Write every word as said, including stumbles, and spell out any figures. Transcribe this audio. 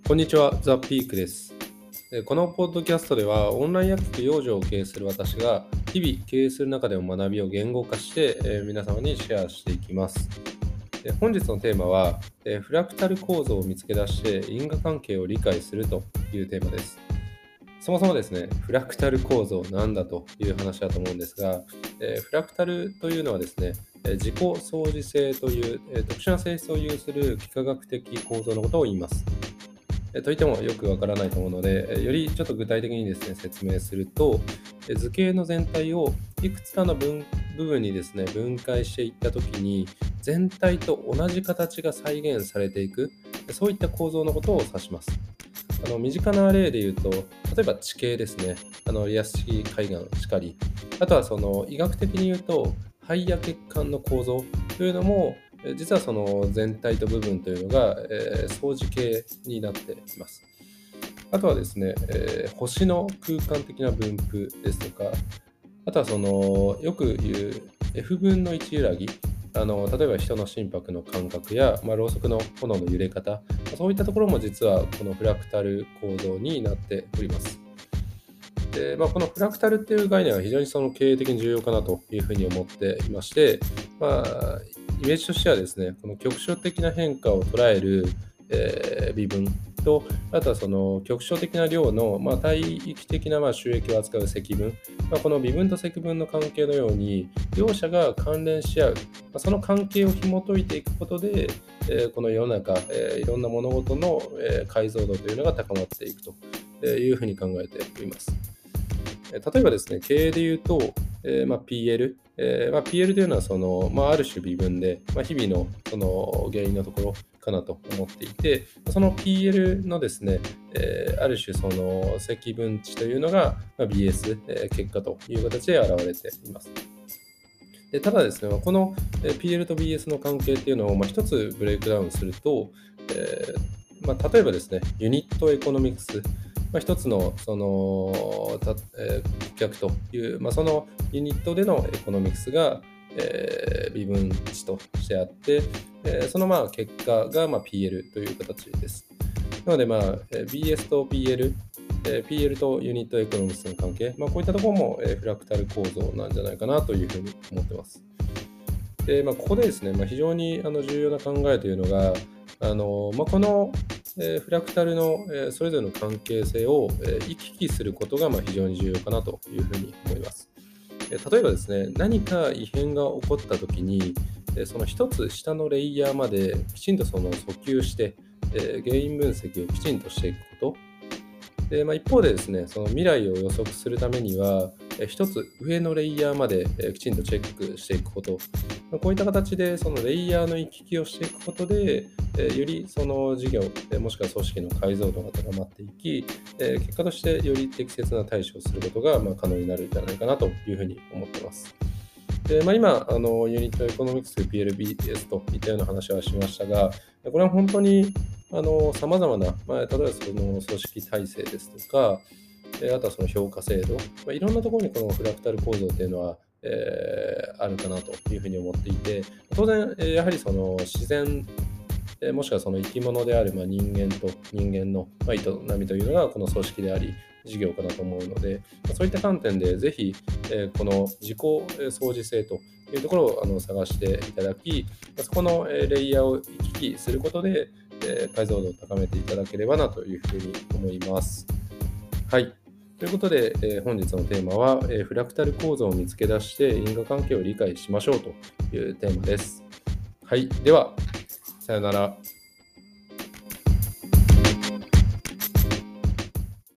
こんにちは、ザ・ピークです。えーこのポッドキャストでは、オンライン薬局養生を経営する私が、日々経営する中での学びを言語化して、えー皆様にシェアしていきます。えー本日のテーマは、えーフラクタル構造を見つけ出して因果関係を理解するというテーマです。そもそもですね、フラクタル構造なんだという話だと思うんですが、えーフラクタルというのはですね、えー自己相似性という、えー特殊な性質を有する幾何学的構造のことを言います。えといってもよくわからないと思うので、えよりちょっと具体的にですね、説明すると、え図形の全体をいくつかの分部分にですね、分解していったときに、全体と同じ形が再現されていく、そういった構造のことを指します。あの身近な例で言うと、例えば地形ですね、あのリアス式海岸しかり、あとはその医学的に言うと、肺や血管の構造というのも、え実はその全体と部分というのが、えー相似形になっています。あとはですね、えー星の空間的な分布ですとか、あとはそのよく言う エフ 分のいち揺らぎ、あの例えば人の心拍の感覚や、まあ、ろうそくの炎の揺れ方、そういったところも実はこのフラクタル構造になっております。で、まあ、このフラクタルっていう概念は非常にその経営的に重要かなというふうに思っていまして、まあ、イメージとしてはですね、この局所的な変化を捉える、えー微分と、あとはその局所的な量の、まあ、帯域的なまあ収益を扱う積分、まあ、この微分と積分の関係のように、両者が関連し合う、まあ、その関係を紐解いていくことで、えーこの世の中、えーいろんな物事の、えー解像度というのが高まっていくというふうに考えております。え例えばですね、経営で言うと、えーまあ、ピーエル、えーまあ、ピーエル というのはその、まあ、ある種微分で、まあ、日々のその原因のところかなと思っていて、その ピーエル のですね、えーある種その積分値というのが、まあ、ビーエス、えー結果という形で現れています。でただですね、この ピーエル と ビーエス の関係っていうのをまあ一つブレイクダウンすると、えーまあ、例えばですね、ユニットエコノミクス、まあ、一つのそのた、えー顧客という、まあ、そのユニットでのエコノミクスが、えー微分値としてあって、えーそのまあ結果がまあ ピーエル という形です。なので、まあ、えー ビーエス と ピーエル、えー ピーエル とユニットエコノミクスの関係、まあ、こういったところも、えーフラクタル構造なんじゃないかなというふうに思ってます。で、まあ、ここでですね、まあ、非常にあの重要な考えというのが、あのまあ、この、えーフラクタルの、えーそれぞれの関係性を、えー行き来することがまあ非常に重要かなというふうに思います。えー例えばですね、何か異変が起こったときに、えーその一つ下のレイヤーまできちんとその訴求して、えー原因分析をきちんとしていくこと。で、まあ、一方でですね、その未来を予測するためには、え一つ上のレイヤーまでえきちんとチェックしていくこと。まあこういった形で、そのレイヤーの行き来をしていくことで、えよりその事業、えもしくは組織の解像度が高まっていき、え結果としてより適切な対処をすることがまあ可能になるんじゃないかなというふうに思っています。で、まあ、今、あのユニットエコノミクス、ピーエルビーエス といったような話はしましたが、これは本当にさまざまな、まあ、例えばその組織体制ですとか、えあとはその評価制度、まあ、いろんなところにこのフラクタル構造というのは、えーあるかなというふうに思っていて、当然、えーやはりその自然、えーもしくはその生き物であるまあ人間と人間のまあ営みというのがこの組織であり、事業かなと思うので、まあそういった観点でぜひ、えーこの自己相似性というところをあの探していただき、まあそこのえーレイヤーを行き来することで、えー解像度を高めていただければなというふうに思います。はい。ということで、えー本日のテーマは、えーフラクタル構造を見つけ出して因果関係を理解しましょうというテーマです。はい。では、さよなら。